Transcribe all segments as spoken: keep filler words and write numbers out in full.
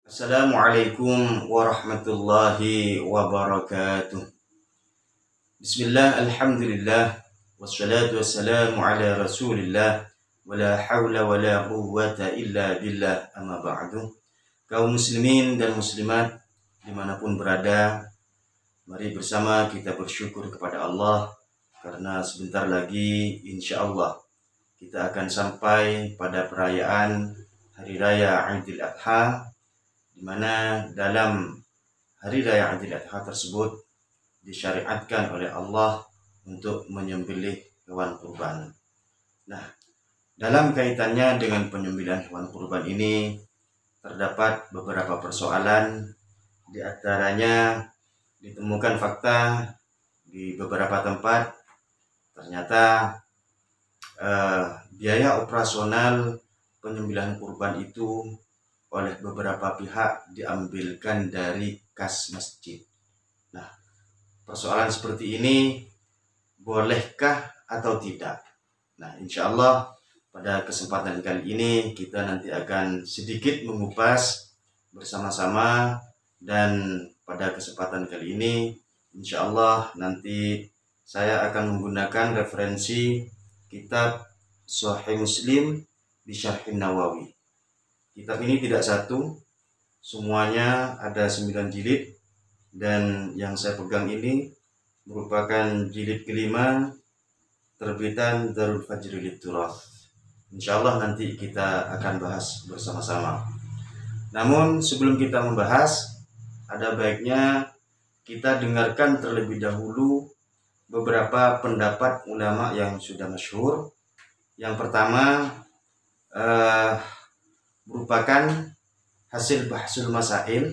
Assalamualaikum warahmatullahi wabarakatuh. Bismillah, alhamdulillah, wassalatu wassalamu ala rasulillah, wala hawla wala quwwata illa billah, amma ba'du. Kaum muslimin dan muslimat dimanapun berada, mari bersama kita bersyukur kepada Allah, karena sebentar lagi insya Allah kita akan sampai pada perayaan Hari Raya Idul Adha, di mana dalam Hari Raya Idul Adha tersebut disyariatkan oleh Allah untuk menyembelih hewan kurban. Nah, dalam kaitannya dengan penyembelihan hewan kurban ini terdapat beberapa persoalan. Di antaranya ditemukan fakta di beberapa tempat ternyata eh, biaya operasional penyembelihan kurban itu oleh beberapa pihak diambilkan dari kas masjid. Nah, persoalan seperti ini bolehkah atau tidak? Nah, insya Allah pada kesempatan kali ini kita nanti akan sedikit mengupas bersama-sama, dan pada kesempatan kali ini insya Allah nanti saya akan menggunakan referensi kitab Sahih Muslim di Syarhin Nawawi. Kitab ini tidak satu, semuanya ada sembilan jilid, dan yang saya pegang ini merupakan jilid kelima terbitan Darul Fajri Liturath. Insya Allah nanti kita akan bahas bersama-sama. Namun sebelum kita membahas, ada baiknya kita dengarkan terlebih dahulu beberapa pendapat ulama yang sudah masyhur. Yang pertama eh, merupakan hasil bahsul masail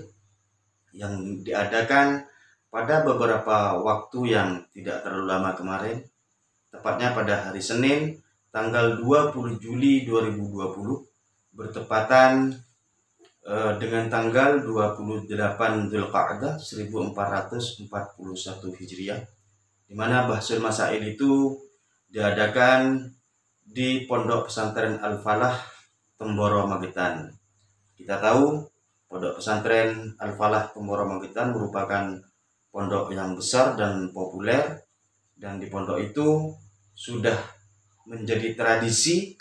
yang diadakan pada beberapa waktu yang tidak terlalu lama kemarin, tepatnya pada hari Senin tanggal dua puluh Juli dua ribu dua puluh, bertepatan eh, dengan tanggal dua puluh delapan Dzulqa'dah seribu empat ratus empat puluh satu Hijriah, di mana bahsul masail itu diadakan di Pondok Pesantren Al-Falah Temboro Magetan. Kita tahu Pondok Pesantren Al-Falah Temboro Magetan merupakan pondok yang besar dan populer, dan di pondok itu sudah menjadi tradisi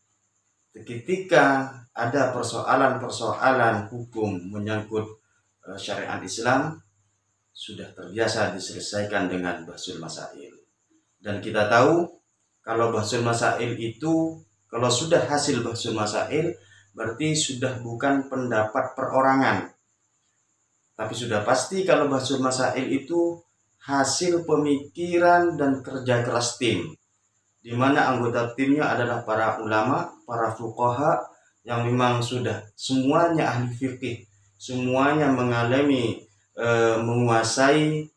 ketika ada persoalan-persoalan hukum menyangkut uh, syariat Islam, sudah terbiasa diselesaikan dengan bahsul masail. Dan kita tahu kalau bahsul masail itu, kalau sudah hasil bahsul masail, berarti sudah bukan pendapat perorangan, tapi sudah pasti kalau bahsul masail itu hasil pemikiran dan kerja keras tim, di mana anggota timnya adalah para ulama, para fuqaha yang memang sudah semuanya ahli fikih, semuanya mengalami e, menguasai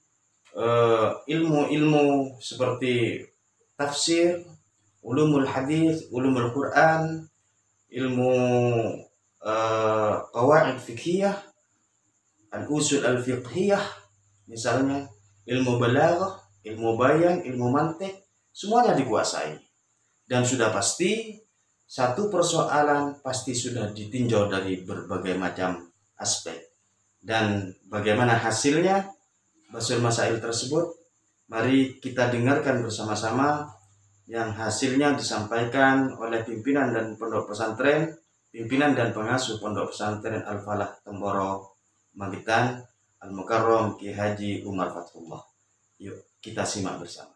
ilmu-ilmu e, seperti tafsir, ulumul hadis, ulumul Quran, ilmu uh, qawaid fiqhiyah, al-usul al-fiqhiyah, misalnya ilmu balaghah, ilmu bayan, ilmu mantik, semuanya dikuasai. Dan sudah pasti satu persoalan pasti sudah ditinjau dari berbagai macam aspek. Dan bagaimana hasilnya bahsul masail tersebut, mari kita dengarkan bersama-sama yang hasilnya disampaikan oleh pimpinan dan pondok pesantren, pimpinan dan pengasuh pondok pesantren Al-Falah Temboro Magetan, Al-Mukarram Ki Haji Umar Fathullah. Yuk kita simak bersama.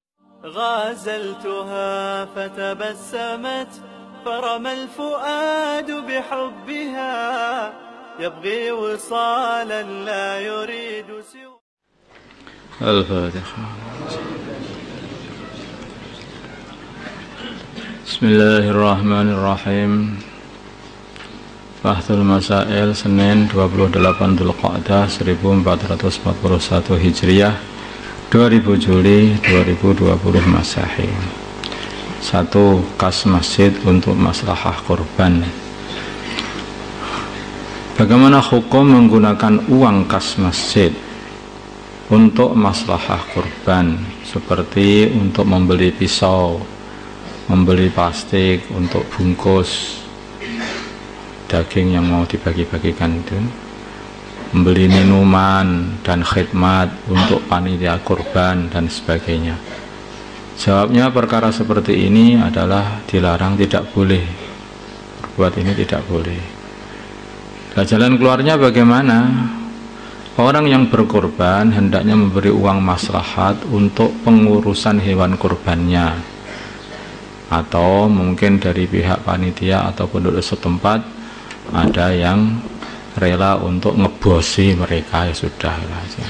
غازلتها فتبسمت فرمى الفؤاد بحبها يبغي وصالا لا يريد سوى الفاتحة. Bismillahirrahmanirrahim. Bahsul Masail Senin dua puluh delapan Dzulqa'dah seribu empat ratus empat puluh satu Hijriah, dua ribu Juli dua ribu dua puluh Masehi. Satu. Kas masjid untuk maslahah kurban. Bagaimana hukum menggunakan uang kas masjid untuk maslahah kurban, seperti untuk membeli pisau, membeli plastik untuk bungkus, daging yang mau dibagi-bagikan itu, membeli minuman dan khidmat untuk panitia kurban dan sebagainya. Jawabnya, perkara seperti ini adalah dilarang, tidak boleh. Buat ini tidak boleh. Nah, jalan keluarnya bagaimana? Orang yang berkorban hendaknya memberi uang maslahat untuk pengurusan hewan kurbannya, atau mungkin dari pihak panitia atau penduduk setempat ada yang rela untuk ngebosi mereka, ya sudah aja.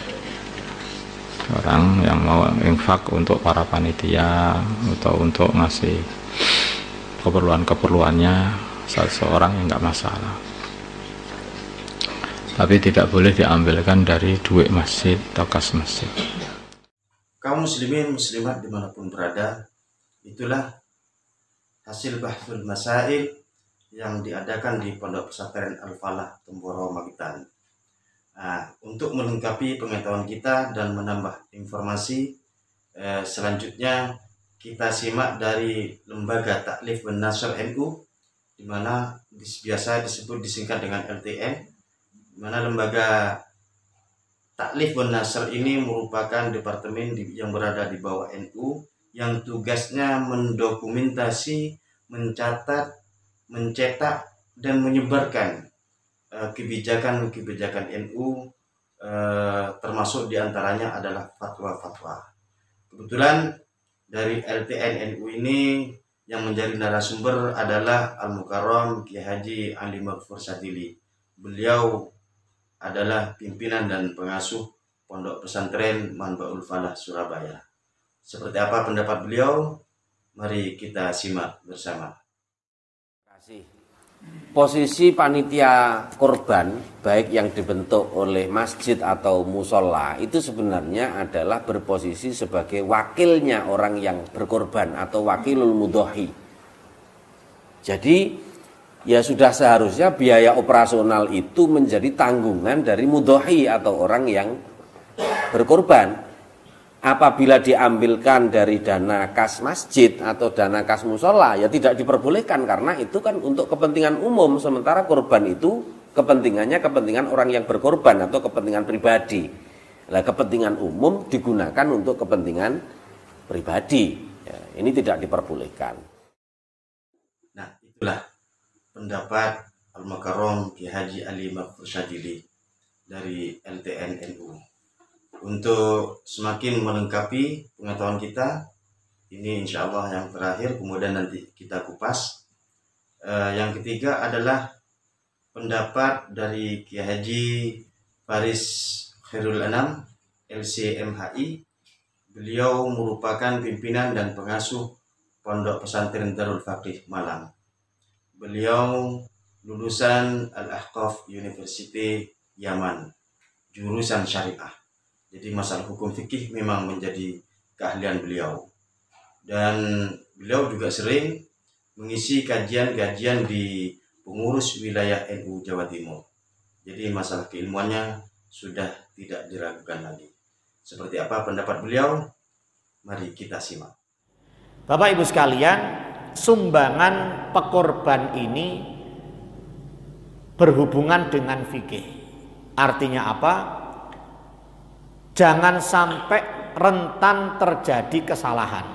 Orang yang mau infak untuk para panitia atau untuk ngasih keperluan-keperluannya seseorang yang nggak masalah. Tapi tidak boleh diambilkan dari duit masjid atau kas masjid. Kaum muslimin muslimat dimanapun berada, itulah hasil bahsul masail yang diadakan di Pondok Pesantren Al-Falah Temboro Magetan. Nah, untuk melengkapi pengetahuan kita dan menambah informasi, eh, selanjutnya kita simak dari Lembaga Taklif wan Nashr N U, di mana biasa disebut disingkat dengan L T N, di mana Lembaga Taklif wan Nashr ini merupakan departemen yang berada di bawah N U yang tugasnya mendokumentasi, mencatat, mencetak, dan menyebarkan kebijakan-kebijakan N U, eh, termasuk diantaranya adalah fatwa-fatwa. Kebetulan dari L T N N U ini yang menjadi narasumber adalah Al-Mukarram Kiai Haji Ali Maghfur Sadili. Beliau adalah pimpinan dan pengasuh Pondok Pesantren Manbaul Falah Surabaya. Seperti apa pendapat beliau? Mari kita simak bersama. Terima kasih. Posisi panitia korban, baik yang dibentuk oleh masjid atau musola, itu sebenarnya adalah berposisi sebagai wakilnya orang yang berkorban atau wakilul mudhohi. Jadi ya sudah seharusnya biaya operasional itu menjadi tanggungan dari mudhohi atau orang yang berkorban. Apabila diambilkan dari dana kas masjid atau dana kas musola, ya tidak diperbolehkan, karena itu kan untuk kepentingan umum, sementara korban itu kepentingannya kepentingan orang yang berkorban atau kepentingan pribadi. Nah, kepentingan umum digunakan untuk kepentingan pribadi, ya, ini tidak diperbolehkan. Nah, itulah pendapat Al-Mukarram Kiai Haji Ali Maghfur Sadili dari L T N N U. Untuk semakin melengkapi pengetahuan kita, ini insya Allah yang terakhir, kemudian nanti kita kupas. Eh, yang ketiga adalah pendapat dari Kiai Haji Faris Khairul Anam L C M H I. Beliau merupakan pimpinan dan pengasuh Pondok Pesantren Darul Faqih Malang. Beliau lulusan Al-Ahqaf University Yaman, jurusan syariah. Jadi masalah hukum fikih memang menjadi keahlian beliau. Dan beliau juga sering mengisi kajian-kajian di pengurus wilayah N U Jawa Timur. Jadi masalah keilmuannya sudah tidak diragukan lagi. Seperti apa pendapat beliau? Mari kita simak. Bapak Ibu sekalian, sumbangan pekorban ini berhubungan dengan fikih. Artinya apa? Jangan sampai rentan terjadi kesalahan.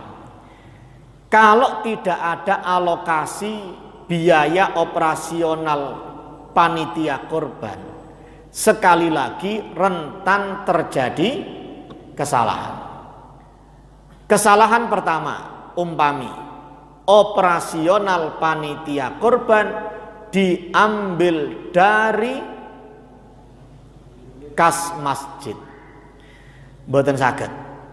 Kalau tidak ada alokasi biaya operasional panitia korban, sekali lagi rentan terjadi kesalahan. Kesalahan pertama, umpami operasional panitia korban diambil dari kas masjid. Mboten saged.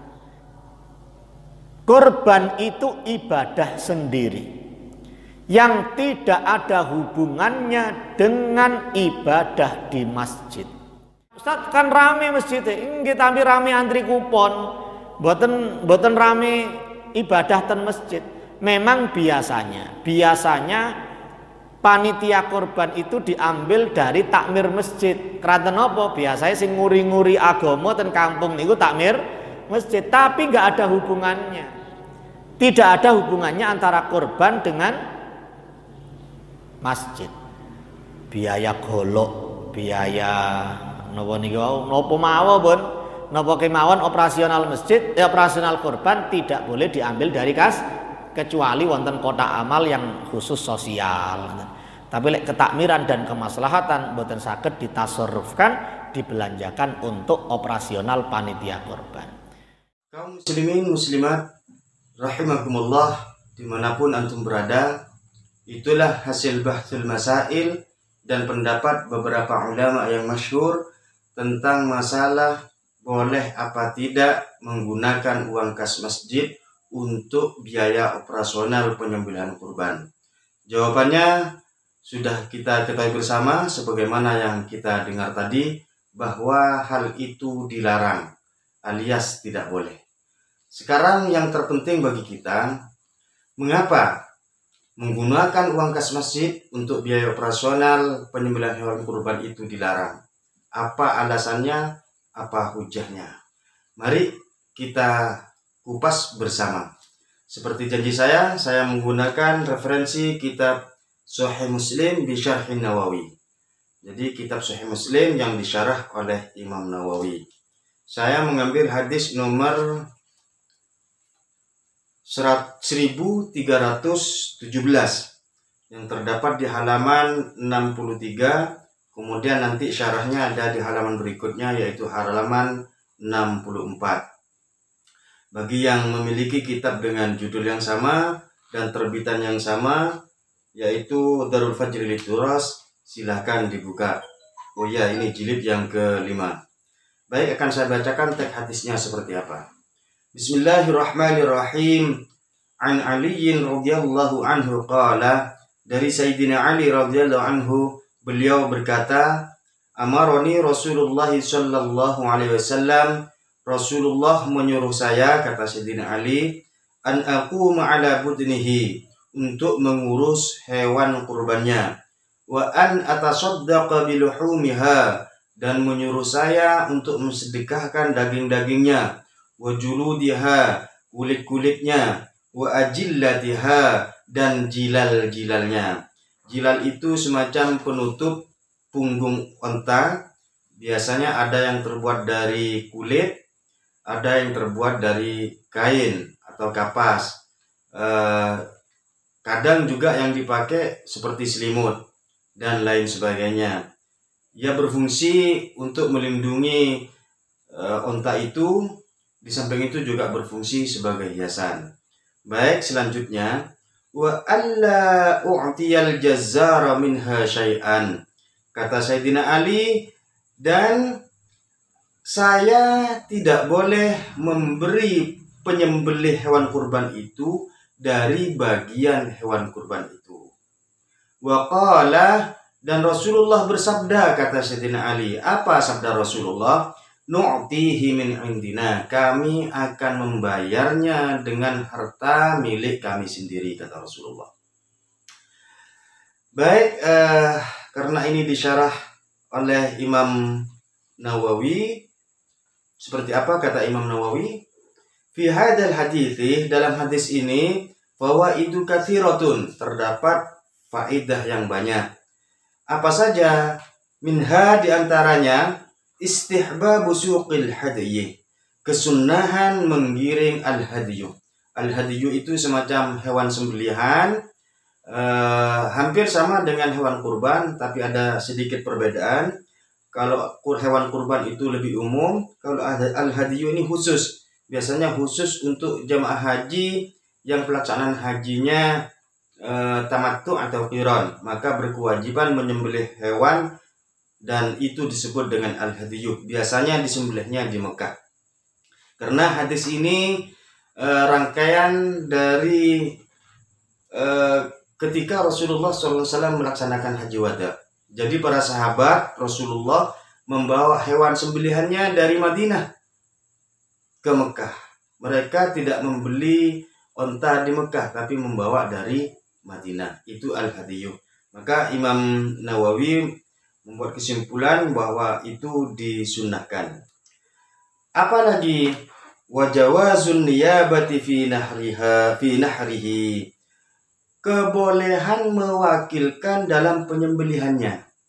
Korban itu ibadah sendiri yang tidak ada hubungannya dengan ibadah di masjid. Ustaz, kan rame masjid, kita ambil rame antri kupon, mboten mboten rame ibadah ten masjid. Memang biasanya, biasanya panitia korban itu diambil dari takmir masjid. Kraten apa? Biasanya sing nguri-nguri agama ten kampung niku takmir masjid, tapi nggak ada hubungannya. Tidak ada hubungannya antara korban dengan masjid. biaya golok, biaya napa niki wau, napa mawon, napa kemawon operasional masjid, eh, operasional kurban tidak boleh diambil dari kas kecuali wonten kotak amal yang khusus sosial. Tapi lek ketakmiran dan kemaslahatan boten saged ditasarrufkan, dibelanjakan untuk operasional panitia kurban. Kaum muslimin muslimat rahimakumullah, dimanapun antum berada, itulah hasil bahsul masail dan pendapat beberapa ulama yang masyhur tentang masalah boleh apa tidak menggunakan uang kas masjid untuk biaya operasional penyembelihan kurban. Jawabannya sudah kita ketahui bersama sebagaimana yang kita dengar tadi, bahwa hal itu dilarang alias tidak boleh. Sekarang yang terpenting bagi kita, mengapa menggunakan uang kas masjid untuk biaya operasional penyembelihan hewan kurban itu dilarang? Apa alasannya? Apa hujahnya? Mari kita kupas bersama. Seperti janji saya, saya menggunakan referensi kitab Sahih Muslim bi Syarhin Nawawi. Jadi kitab Sahih Muslim yang disyarah oleh Imam Nawawi. Saya mengambil hadis nomor seribu tiga ratus tujuh belas yang terdapat di halaman enam puluh tiga, kemudian nanti syarahnya ada di halaman berikutnya yaitu halaman enam puluh empat. Bagi yang memiliki kitab dengan judul yang sama dan terbitan yang sama yaitu Darul Fajri Lituras, silahkan dibuka. Oh ya, ini jilid yang kelima. Baik, akan saya bacakan teks hadisnya seperti apa. Bismillahirrahmanirrahim. An Aliyin radhiyallahu anhu qala, dari Sayyidina Ali radhiyallahu anhu, beliau berkata, amaroni Rasulullah sallallahu alaihi wasallam, Rasulullah menyuruh saya, kata Sayyidina Ali, an aquma ala budnihi, untuk mengurus hewan kurbannya, wa an atasaddaqa biluhumiha, dan menyuruh saya untuk mensedekahkan daging-dagingnya, wa juludiha, kulit-kulitnya, wa ajillatiha, dan jilal-jilalnya. Jilal itu semacam penutup punggung onta. Biasanya ada yang terbuat dari kulit, ada yang terbuat dari kain atau kapas. Eh, kadang juga yang dipakai seperti selimut dan lain sebagainya. Ia berfungsi untuk melindungi uh, onta itu. Di samping itu juga berfungsi sebagai hiasan. Baik, selanjutnya, wa alla u'tiyal jazzara minha syai'an, kata Sayyidina Ali, dan saya tidak boleh memberi penyembelih hewan kurban itu dari bagian hewan kurban itu. Wa qala, dan Rasulullah bersabda, kata Sayyidina Ali. Apa sabda Rasulullah? Nu'tihi min indina, kami akan membayarnya dengan harta milik kami sendiri, kata Rasulullah. Baik, eh, karena ini disyarah oleh Imam Nawawi. Seperti apa kata Imam Nawawi? Fi hadal hadithi, dalam hadis ini, fawaidu katsiratun, terdapat faidah yang banyak. Apa saja? Minha, diantaranya, istihbabu suqil hadiyy, kesunahan menggiring al-hadiyu. Al-hadiyu itu semacam hewan sembelihan, eh, hampir sama dengan hewan kurban, tapi ada sedikit perbedaan. Kalau hewan kurban itu lebih umum, kalau al-hadiyu ini khusus. Biasanya khusus untuk jamaah haji yang pelaksanaan hajinya e, tamattu atau qiran, maka berkewajiban menyembelih hewan, dan itu disebut dengan al-hadiyu. Biasanya disembelihnya di Mekah. Karena hadis ini e, rangkaian dari e, ketika Rasulullah shallallahu alaihi wasallam melaksanakan haji wada. Jadi para sahabat Rasulullah membawa hewan sembelihannya dari Madinah ke Mekah. Mereka tidak membeli onta di Mekah, tapi membawa dari Madinah. Itu al-hadiyu. Maka Imam Nawawi membuat kesimpulan bahwa itu disunnahkan. Apalagi wajawazun niyabati fi nahriha fi nahrihi, kebolehan mewakilkan dalam penyembelihannya.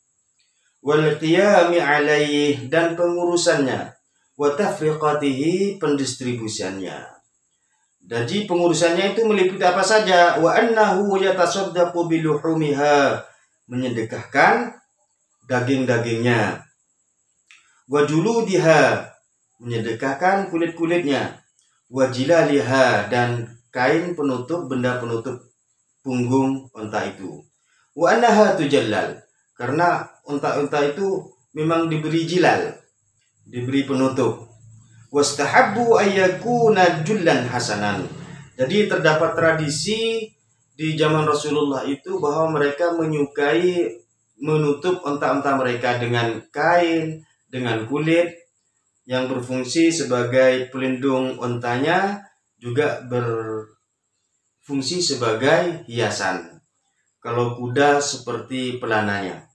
wal qiyami alaih, dan pengurusannya, wa tafriqatihi, pendistribusiannya. Jadi pengurusannya itu meliputi apa saja? Wa annahu yatasaddaqu biluhumiha, menyedekahkan daging-dagingnya. Wa juludiha, menyedekahkan kulit-kulitnya. Wa jilaliha, dan kain penutup, benda penutup punggung unta itu. Wa annaha tujallal, karena unta-unta itu memang diberi jilal, diberi penutup. Wastahabbu ayyakuna jullan hasanan. Jadi terdapat tradisi di zaman Rasulullah itu bahwa mereka menyukai menutup unta-unta mereka dengan kain, dengan kulit yang berfungsi sebagai pelindung untanya, juga berfungsi sebagai hiasan. Kalau kuda seperti pelananya.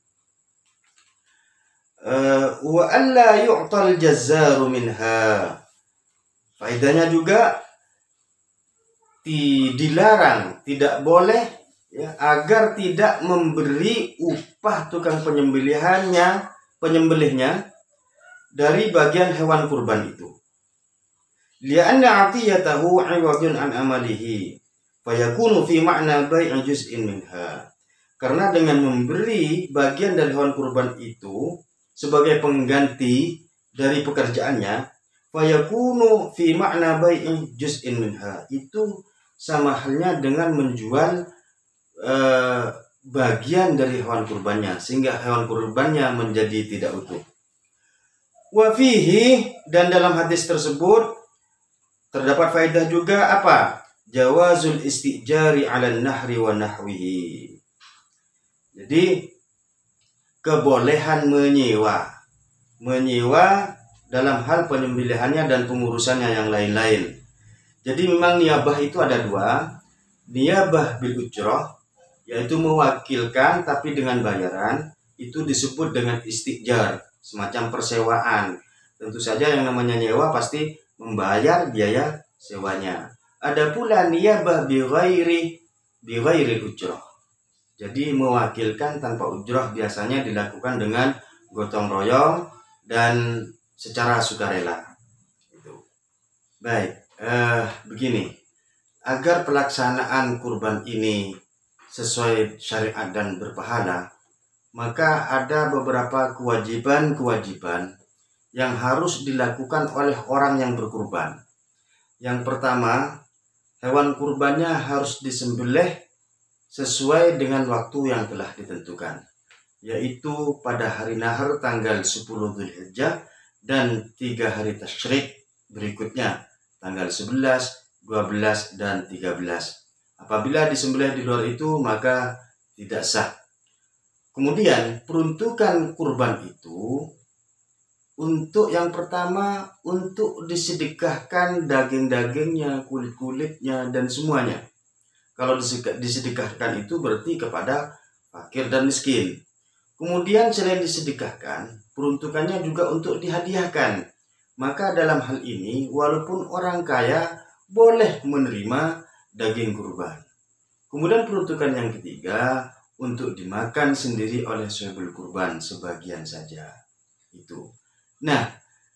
Wa alla yu'tal jazzaru minha. Faedahnya juga dilarang, tidak boleh ya, agar tidak memberi upah tukang penyembelihannya, penyembelihnya dari bagian hewan kurban itu. Li'anna 'atiyatahu 'iwadun an amalihi fayakunu fi ma'na bai'i juz'in minha. Karena dengan memberi bagian dari hewan kurban itu sebagai pengganti dari pekerjaannya, fayakunu fi ma'na bai'i juz'in minha, itu sama halnya dengan menjual eh, bagian dari hewan kurbannya, sehingga hewan kurbannya menjadi tidak utuh. Wa fihi, dan dalam hadis tersebut terdapat faedah juga apa? Jawazul istijari 'ala nahri wa nahwihi. Jadi kebolehan menyewa, menyewa dalam hal penyembelihannya dan pengurusannya yang lain-lain. Jadi memang niyabah itu ada dua, niyabah bil ujrah, yaitu mewakilkan tapi dengan bayaran, itu disebut dengan istijar, semacam persewaan. Tentu saja yang namanya nyewa pasti membayar biaya sewanya. Ada pula niyabah bi ghairi bi ghairi ujrah. Jadi mewakilkan tanpa ujrah, biasanya dilakukan dengan gotong royong dan secara sukarela. Itu. Baik, eh, begini, agar pelaksanaan kurban ini sesuai syariat dan berpahala, maka ada beberapa kewajiban-kewajiban yang harus dilakukan oleh orang yang berkurban. Yang pertama, hewan kurbannya harus disembelih sesuai dengan waktu yang telah ditentukan, yaitu pada hari nahar tanggal sepuluh Dzulhijjah dan tiga hari tasyrik berikutnya, tanggal sebelas, dua belas, dan tiga belas. Apabila disembelih di luar itu, maka tidak sah. Kemudian peruntukan kurban itu untuk yang pertama, untuk disedekahkan daging-dagingnya, kulit-kulitnya, dan semuanya. Kalau disedekahkan itu berarti kepada fakir dan miskin. Kemudian selain disedekahkan, peruntukannya juga untuk dihadiahkan. Maka dalam hal ini, walaupun orang kaya boleh menerima daging kurban. Kemudian peruntukan yang ketiga, untuk dimakan sendiri oleh sahibul kurban sebagian saja. Itu. Nah,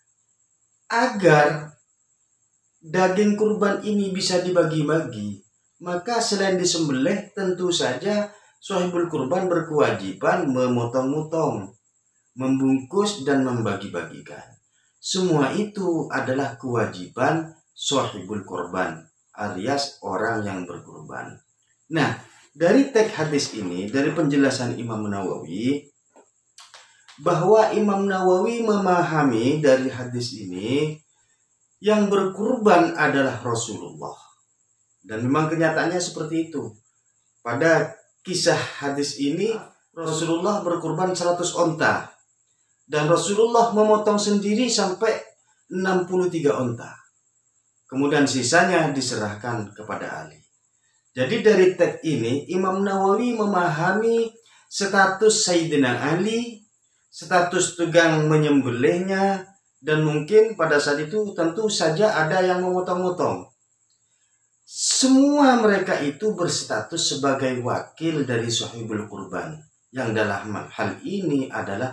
agar daging kurban ini bisa dibagi-bagi, maka selain disembelih, tentu saja sahibul kurban berkewajiban memotong-motong, membungkus, dan membagi-bagikan. Semua itu adalah kewajiban sahibul kurban, alias orang yang berkurban. Nah, dari teks hadis ini, dari penjelasan Imam Nawawi, bahwa Imam Nawawi memahami dari hadis ini yang berkurban adalah Rasulullah. Dan memang kenyataannya seperti itu. Pada kisah hadis ini, Rasulullah berkurban seratus onta. Dan Rasulullah memotong sendiri sampai enam puluh tiga onta. Kemudian sisanya diserahkan kepada Ali. Jadi dari teks ini, Imam Nawawi memahami status Sayyidina Ali, status tukang menyembelihnya, dan mungkin pada saat itu tentu saja ada yang memotong-motong. Semua mereka itu berstatus sebagai wakil dari sahibul kurban, yang dalam hal ini adalah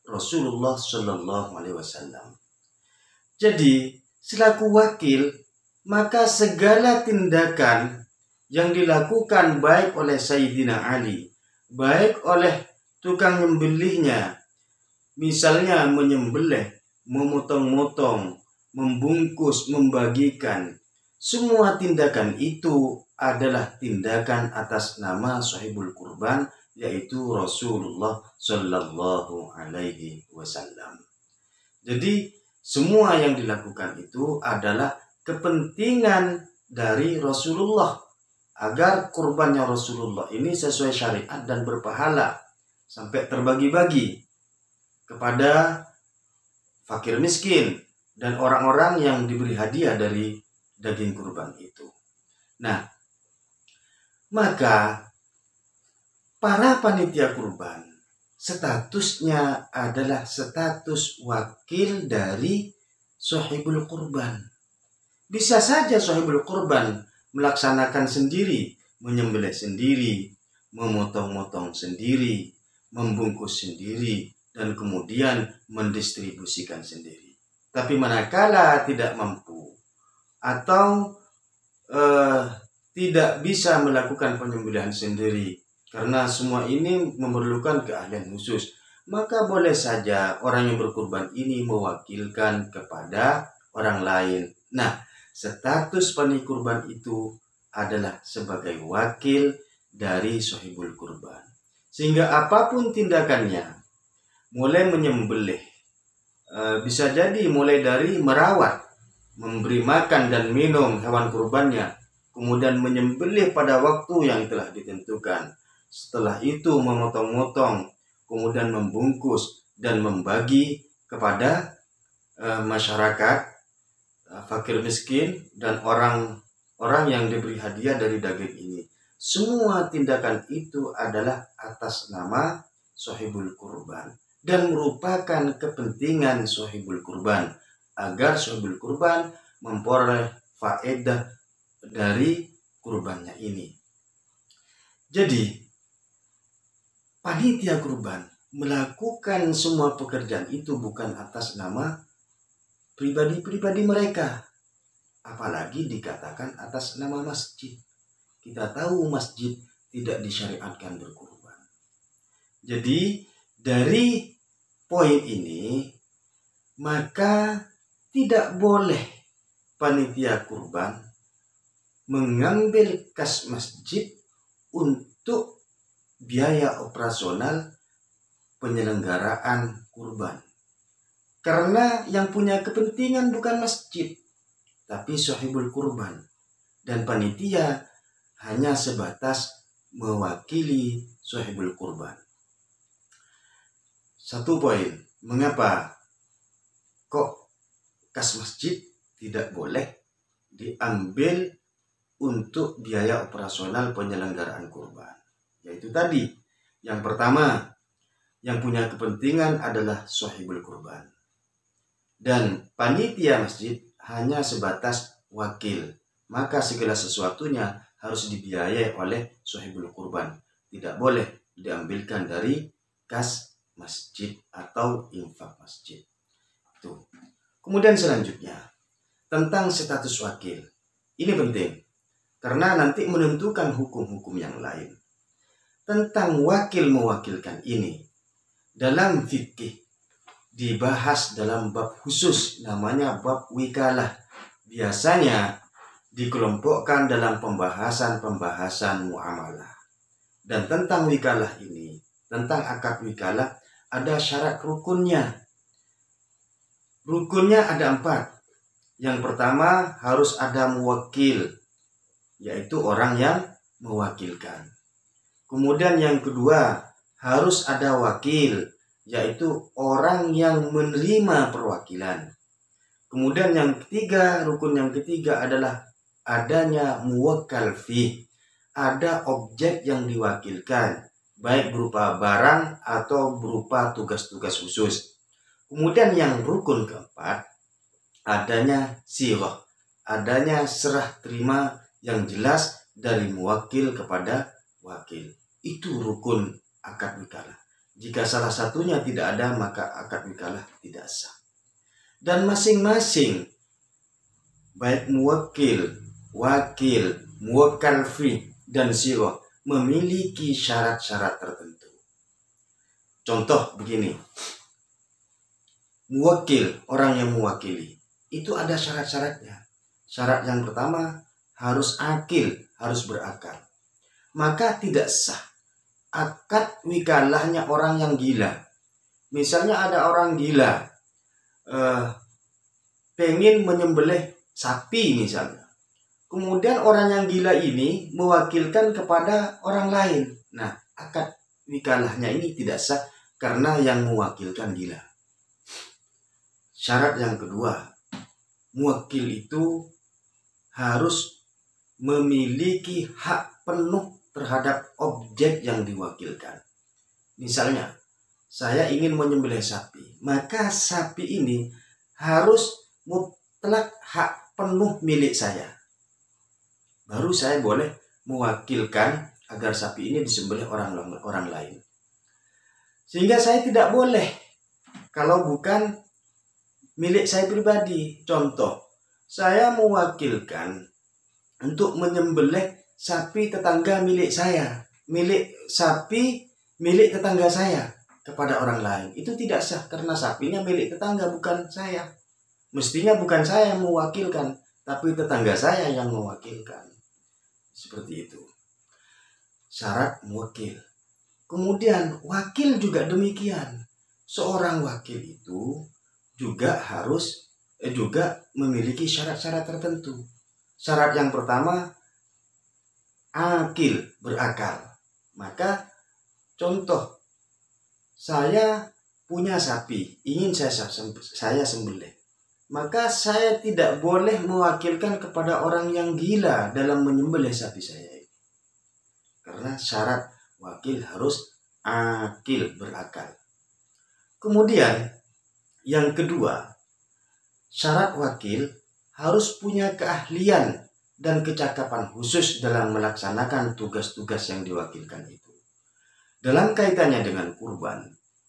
Rasulullah Shallallahu Alaihi Wasallam. Jadi selaku wakil, maka segala tindakan yang dilakukan baik oleh Sayyidina Ali, baik oleh tukang nyembelihnya, misalnya menyembelih, memotong-motong, membungkus, membagikan, semua tindakan itu adalah tindakan atas nama sahibul kurban, yaitu Rasulullah Shallallahu Alaihi Wasallam. Jadi semua yang dilakukan itu adalah kepentingan dari Rasulullah, agar kurbannya Rasulullah ini sesuai syariat dan berpahala sampai terbagi-bagi kepada fakir miskin dan orang-orang yang diberi hadiah dari daging kurban itu. Nah, maka para panitia kurban statusnya adalah status wakil dari sahibul kurban. Bisa saja sahibul kurban melaksanakan sendiri, menyembelih sendiri, memotong-motong sendiri, membungkus sendiri, dan kemudian mendistribusikan sendiri. Tapi manakala tidak mampu atau eh, tidak bisa melakukan penyembelihan sendiri, karena semua ini memerlukan keahlian khusus, maka boleh saja orang yang berkurban ini mewakilkan kepada orang lain. Nah, status panitia kurban itu adalah sebagai wakil dari sahibul kurban. Sehingga apapun tindakannya, mulai menyembelih, bisa jadi mulai dari merawat, memberi makan dan minum hewan kurbannya, kemudian menyembelih pada waktu yang telah ditentukan. Setelah itu memotong-motong, kemudian membungkus dan membagi kepada uh, masyarakat, uh, fakir miskin dan orang-orang yang diberi hadiah dari daging ini. Semua tindakan itu adalah atas nama sahibul kurban dan merupakan kepentingan sahibul kurban agar sahibul kurban memperoleh faedah dari kurbannya ini. Jadi panitia kurban melakukan semua pekerjaan itu bukan atas nama pribadi-pribadi mereka, apalagi dikatakan atas nama masjid. Kita tahu masjid tidak disyariatkan berkurban. Jadi dari poin ini, maka tidak boleh panitia kurban mengambil kas masjid untuk biaya operasional penyelenggaraan kurban. Karena yang punya kepentingan bukan masjid, tapi sahibul kurban. Dan panitia hanya sebatas mewakili sahibul kurban. Satu poin, mengapa kok kas masjid tidak boleh diambil untuk biaya operasional penyelenggaraan kurban? Yaitu tadi, yang pertama, yang punya kepentingan adalah sahibul kurban. Dan panitia masjid hanya sebatas wakil. Maka segala sesuatunya harus dibiayai oleh sahibul kurban. Tidak boleh diambilkan dari kas masjid atau infak masjid. Itu. Kemudian selanjutnya, tentang status wakil. Ini penting, karena nanti menentukan hukum-hukum yang lain. Tentang wakil mewakilkan ini, dalam fikih dibahas dalam bab khusus, namanya bab wikalah. Biasanya dikelompokkan dalam pembahasan-pembahasan muamalah. Dan tentang wikalah ini, tentang akad wikalah, ada syarat rukunnya. Rukunnya ada empat. Yang pertama, harus ada muwakil, yaitu orang yang mewakilkan. Kemudian yang kedua, harus ada wakil, yaitu orang yang menerima perwakilan. Kemudian yang ketiga, rukun yang ketiga adalah adanya muwakkal fih. Ada objek yang diwakilkan, baik berupa barang atau berupa tugas-tugas khusus. Kemudian yang rukun keempat, adanya sirah, adanya serah terima yang jelas dari muwakil kepada wakil. Itu rukun akad wikalah. Jika salah satunya tidak ada, maka akad wikalah tidak sah. Dan masing-masing, baik muwakil, wakil, muwakkal fi, dan sirah, memiliki syarat-syarat tertentu. Contoh begini, muwakil, orang yang mewakili, itu ada syarat-syaratnya. Syarat yang pertama, harus akil, harus berakal. Maka tidak sah akad wikalahnya orang yang gila. Misalnya ada orang gila, eh, pengen menyembelih sapi misalnya. Kemudian orang yang gila ini mewakilkan kepada orang lain. Nah, akad wikalahnya ini tidak sah karena yang mewakilkan gila. Syarat yang kedua, muwakil itu harus memiliki hak penuh terhadap objek yang diwakilkan. Misalnya, saya ingin menyembelih sapi, maka sapi ini harus mutlak hak penuh milik saya. Baru saya boleh mewakilkan agar sapi ini disembelih orang orang lain. Sehingga saya tidak boleh kalau bukan milik saya pribadi. Contoh, saya mewakilkan untuk menyembelih sapi tetangga milik saya, milik sapi milik tetangga saya kepada orang lain. Itu tidak sah karena sapinya milik tetangga, bukan saya. Mestinya bukan saya yang mewakilkan, tapi tetangga saya yang mewakilkan. Seperti itu. Syarat muwakil. Kemudian wakil juga demikian. Seorang wakil itu juga harus eh, juga memiliki syarat-syarat tertentu. Syarat yang pertama, akil, berakal. Maka contoh, saya punya sapi, ingin saya saya sembelih. Maka saya tidak boleh mewakilkan kepada orang yang gila dalam menyembelih sapi saya. Karena syarat wakil harus akil, berakal. Kemudian yang kedua, syarat wakil harus punya keahlian dan kecakapan khusus dalam melaksanakan tugas-tugas yang diwakilkan itu. Dalam kaitannya dengan kurban,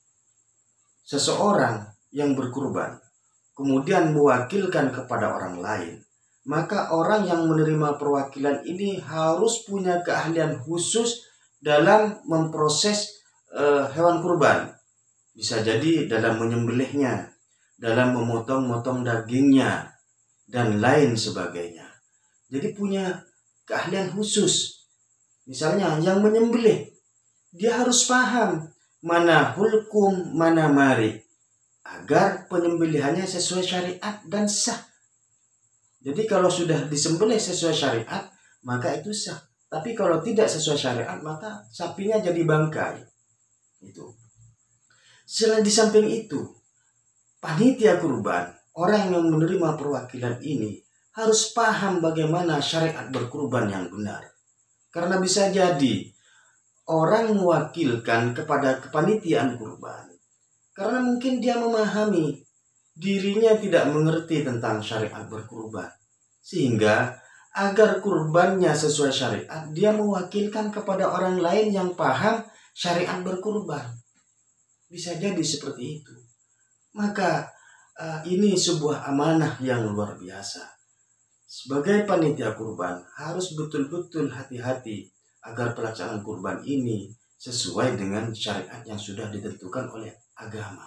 seseorang yang berkurban kemudian mewakilkan kepada orang lain, maka orang yang menerima perwakilan ini harus punya keahlian khusus dalam memproses uh, hewan kurban. Bisa jadi dalam menyembelihnya, dalam memotong-motong dagingnya, dan lain sebagainya. Jadi punya keahlian khusus. Misalnya yang menyembelih, dia harus paham mana hulkum, mana mari, agar penyembelihannya sesuai syariat dan sah. Jadi kalau sudah disembelih sesuai syariat, maka itu sah. Tapi kalau tidak sesuai syariat, maka sapinya jadi bangkai. Itu. Selain di samping itu, panitia kurban, orang yang menerima perwakilan ini harus paham bagaimana syariat berkurban yang benar. Karena bisa jadi orang mewakilkan kepada kepanitiaan kurban karena mungkin dia memahami dirinya tidak mengerti tentang syariat berkurban. Sehingga agar kurbannya sesuai syariat, dia mewakilkan kepada orang lain yang paham syariat berkurban. Bisa jadi seperti itu. Maka uh, ini sebuah amanah yang luar biasa. Sebagai panitia kurban harus betul-betul hati-hati agar pelaksanaan kurban ini sesuai dengan syariat yang sudah ditentukan oleh agama.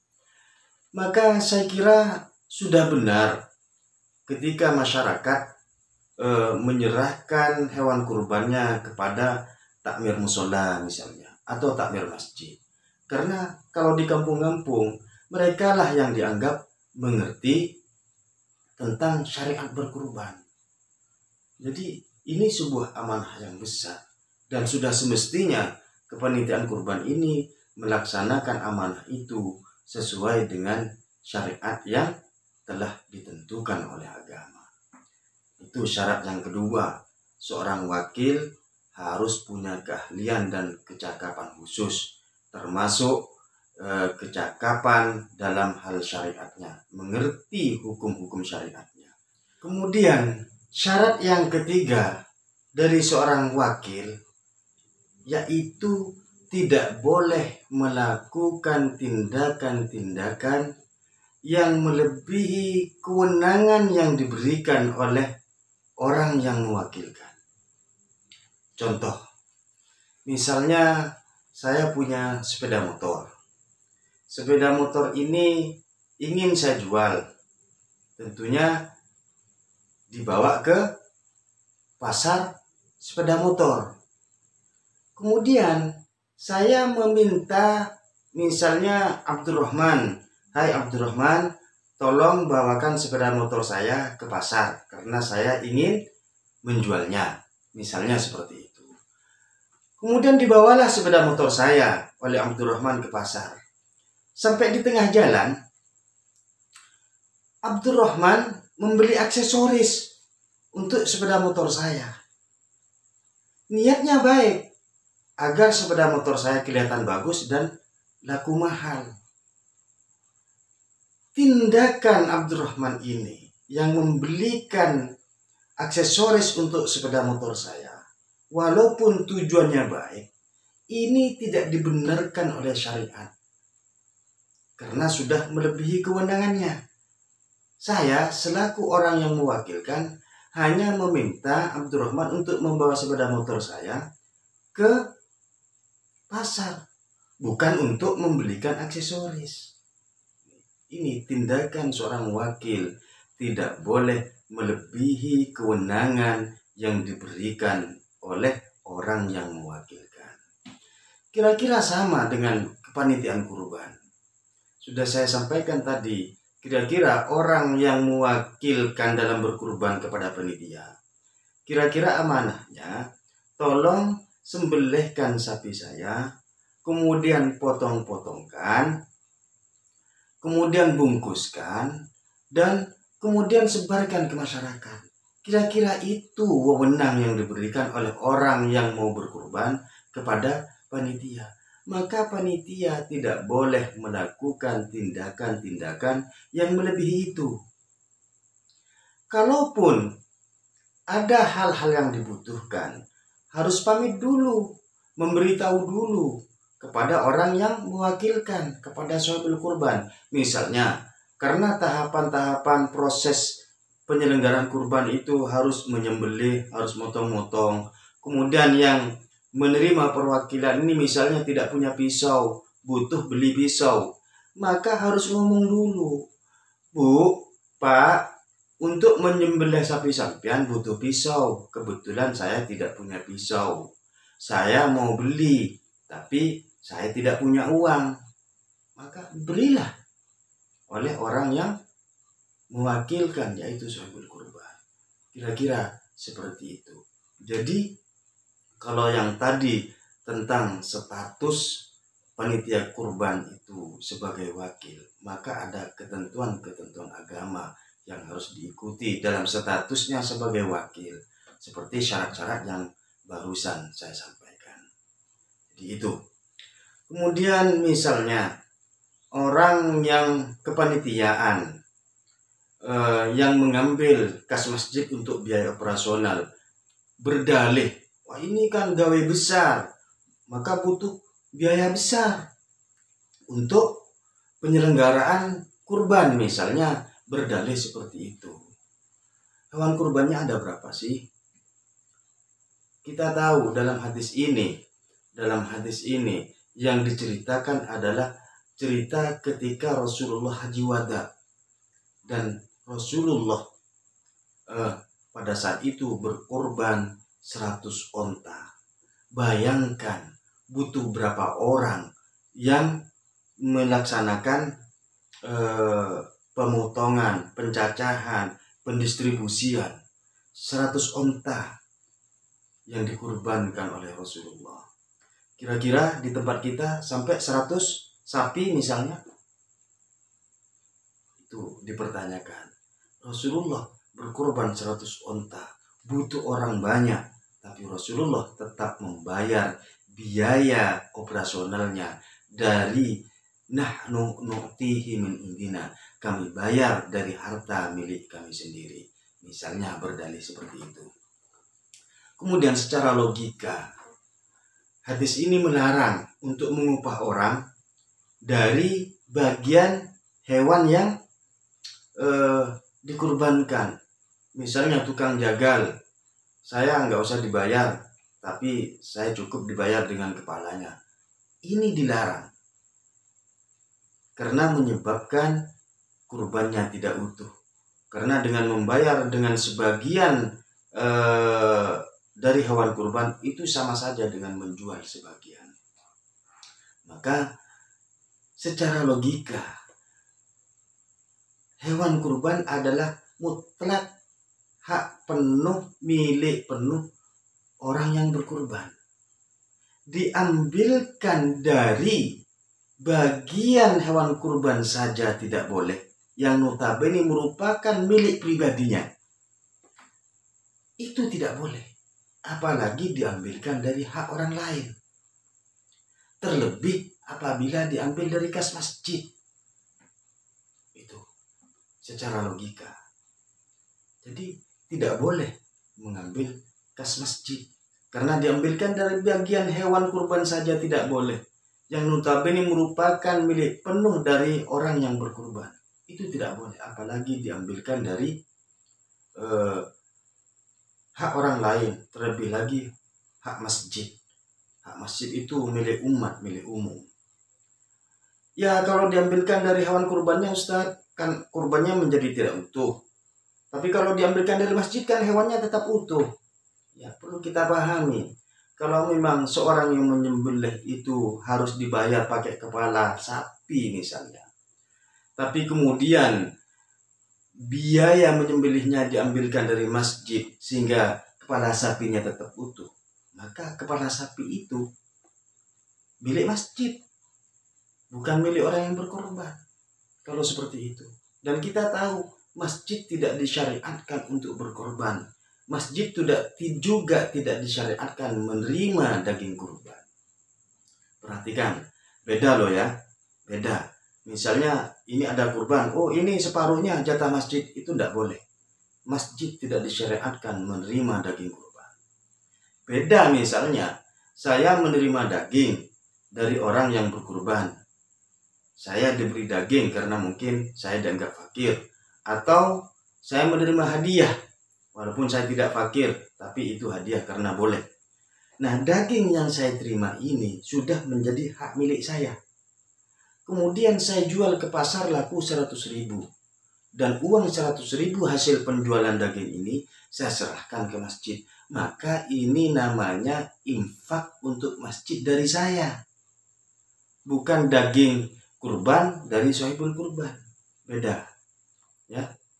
Maka saya kira sudah benar ketika masyarakat e, menyerahkan hewan kurbannya kepada takmir musola misalnya atau takmir masjid. Karena kalau di kampung-kampung mereka lah yang dianggap mengerti tentang syariat berkurban. Jadi ini sebuah amanah yang besar dan sudah semestinya kepanitiaan kurban ini melaksanakan amanah itu sesuai dengan syariat yang telah ditentukan oleh agama. Itu syarat yang kedua. Seorang wakil harus punya keahlian dan kecakapan khusus, termasuk eh, kecakapan dalam hal syariatnya, mengerti hukum-hukum syariatnya. Kemudian syarat yang ketiga dari seorang wakil yaitu tidak boleh melakukan tindakan-tindakan yang melebihi kewenangan yang diberikan oleh orang yang mewakilkan. Contoh, misalnya saya punya sepeda motor. Sepeda motor ini ingin saya jual. Tentunya dibawa ke pasar sepeda motor. Kemudian saya meminta misalnya Abdurrahman, hai Abdurrahman, tolong bawakan sepeda motor saya ke pasar karena saya ingin menjualnya. Misalnya seperti itu. Kemudian dibawalah sepeda motor saya oleh Abdurrahman ke pasar. Sampai di tengah jalan, Abdurrahman membeli aksesoris untuk sepeda motor saya. Niatnya baik, agar sepeda motor saya kelihatan bagus dan laku mahal. Tindakan Abdurrahman ini yang membelikan aksesoris untuk sepeda motor saya, walaupun tujuannya baik, ini tidak dibenarkan oleh syariat. Karena sudah melebihi kewenangannya. Saya selaku orang yang mewakilkan hanya meminta Abdurrahman untuk membawa sepeda motor saya ke pasar, bukan untuk membelikan aksesoris. Ini tindakan seorang wakil, tidak boleh melebihi kewenangan yang diberikan oleh orang yang mewakilkan. Kira-kira sama dengan kepanitiaan kurban. Sudah saya sampaikan tadi, kira-kira orang yang mewakilkan dalam berkurban kepada panitia, kira-kira amanahnya, tolong sembelihkan sapi saya, kemudian potong-potongkan, kemudian bungkuskan, dan kemudian sebarkan ke masyarakat. Kira-kira itu wewenang yang diberikan oleh orang yang mau berkurban kepada panitia. Maka panitia tidak boleh melakukan tindakan-tindakan yang melebihi itu. Kalaupun ada hal-hal yang dibutuhkan, harus pamit dulu, memberitahu dulu kepada orang yang mewakilkan, kepada sahibul kurban. Misalnya, karena tahapan-tahapan proses penyelenggaraan kurban itu harus menyembelih, harus motong-motong. Kemudian yang menerima perwakilan ini misalnya tidak punya pisau, butuh beli pisau, maka harus ngomong dulu, Bu, Pak, untuk menyembelih sapi sampean butuh pisau. Kebetulan saya tidak punya pisau. Saya mau beli, tapi saya tidak punya uang. Maka berilah oleh orang yang mewakilkan, yaitu sahibul kurban. Kira-kira seperti itu. Jadi kalau yang tadi tentang status panitia kurban itu sebagai wakil, maka ada ketentuan-ketentuan agama yang harus diikuti dalam statusnya sebagai wakil, seperti syarat-syarat yang barusan saya sampaikan. Jadi itu. Kemudian misalnya orang yang kepanitiaan eh, yang mengambil kas masjid untuk biaya operasional berdalih, wah ini kan gawe besar, maka butuh biaya besar untuk penyelenggaraan kurban, misalnya berdalih seperti itu. Hewan kurbannya ada berapa sih? Kita tahu dalam hadis ini, dalam hadis ini yang diceritakan adalah cerita ketika Rasulullah haji wada, dan Rasulullah eh, pada saat itu berkorban seratus onta. Bayangkan butuh berapa orang yang melaksanakan eh, pemotongan, pencacahan, pendistribusian. Seratus onta yang dikurbankan oleh Rasulullah. Kira-kira di tempat kita sampai seratus sapi misalnya. Itu dipertanyakan. Rasulullah berkorban seratus onta, butuh orang banyak, tapi Rasulullah tetap membayar biaya operasionalnya dari nahnu nu'tihi min indina, kami bayar dari harta milik kami sendiri. Misalnya berdalih seperti itu. Kemudian secara logika, hadis ini melarang untuk mengupah orang dari bagian hewan yang eh, dikurbankan. Misalnya tukang jagal, saya nggak usah dibayar, tapi saya cukup dibayar dengan kepalanya. Ini dilarang karena menyebabkan kurbannya tidak utuh. Karena dengan membayar dengan sebagian eh, dari hewan kurban itu sama saja dengan menjual sebagian. Maka secara logika hewan kurban adalah mutlak hak penuh, milik penuh orang yang berkurban. Diambilkan dari bagian hewan kurban saja tidak boleh, yang notabene merupakan milik pribadinya. Itu tidak boleh. Apalagi diambilkan dari hak orang lain. Terlebih apabila diambil dari kas masjid. Itu secara logika. Jadi tidak boleh mengambil kas masjid. Karena diambilkan dari bagian hewan kurban saja tidak boleh. Yang notabene merupakan milik penuh dari orang yang berkurban. Itu tidak boleh. Apalagi diambilkan dari eh, hak orang lain. Terlebih lagi hak masjid. Hak masjid itu milik umat, milik umum. Ya kalau diambilkan dari hewan kurbannya Ustaz, kan kurbannya menjadi tidak utuh. Tapi kalau diambilkan dari masjid kan hewannya tetap utuh. Ya perlu kita pahami. Kalau memang seorang yang menyembelih itu harus dibayar pakai kepala sapi misalnya. Tapi kemudian biaya menyembelihnya diambilkan dari masjid sehingga kepala sapinya tetap utuh. Maka kepala sapi itu milik masjid. Bukan milik orang yang berkorban. Kalau seperti itu. Dan kita tahu masjid tidak disyariatkan untuk berkorban. Masjid tidak, juga tidak disyariatkan menerima daging kurban. Perhatikan, beda loh ya, beda. Misalnya ini ada kurban, oh ini separuhnya jatah masjid, itu tidak boleh. Masjid tidak disyariatkan menerima daging kurban. Beda misalnya, saya menerima daging dari orang yang berkurban. Saya diberi daging karena mungkin saya dianggap fakir. Atau saya menerima hadiah, walaupun saya tidak fakir, tapi itu hadiah karena boleh. Nah, daging yang saya terima ini sudah menjadi hak milik saya. Kemudian saya jual ke pasar laku seratus ribu. Dan uang seratus ribu hasil penjualan daging ini saya serahkan ke masjid. Maka ini namanya infak untuk masjid dari saya. Bukan daging kurban dari sohibul kurban. Beda. Ya,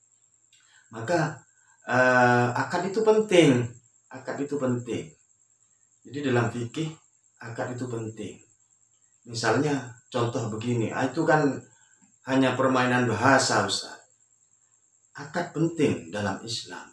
maka uh, akad itu penting, akad itu penting. Jadi dalam fikih akad itu penting. Misalnya contoh begini, itu kan hanya permainan bahasa Ustaz. Akad penting dalam Islam.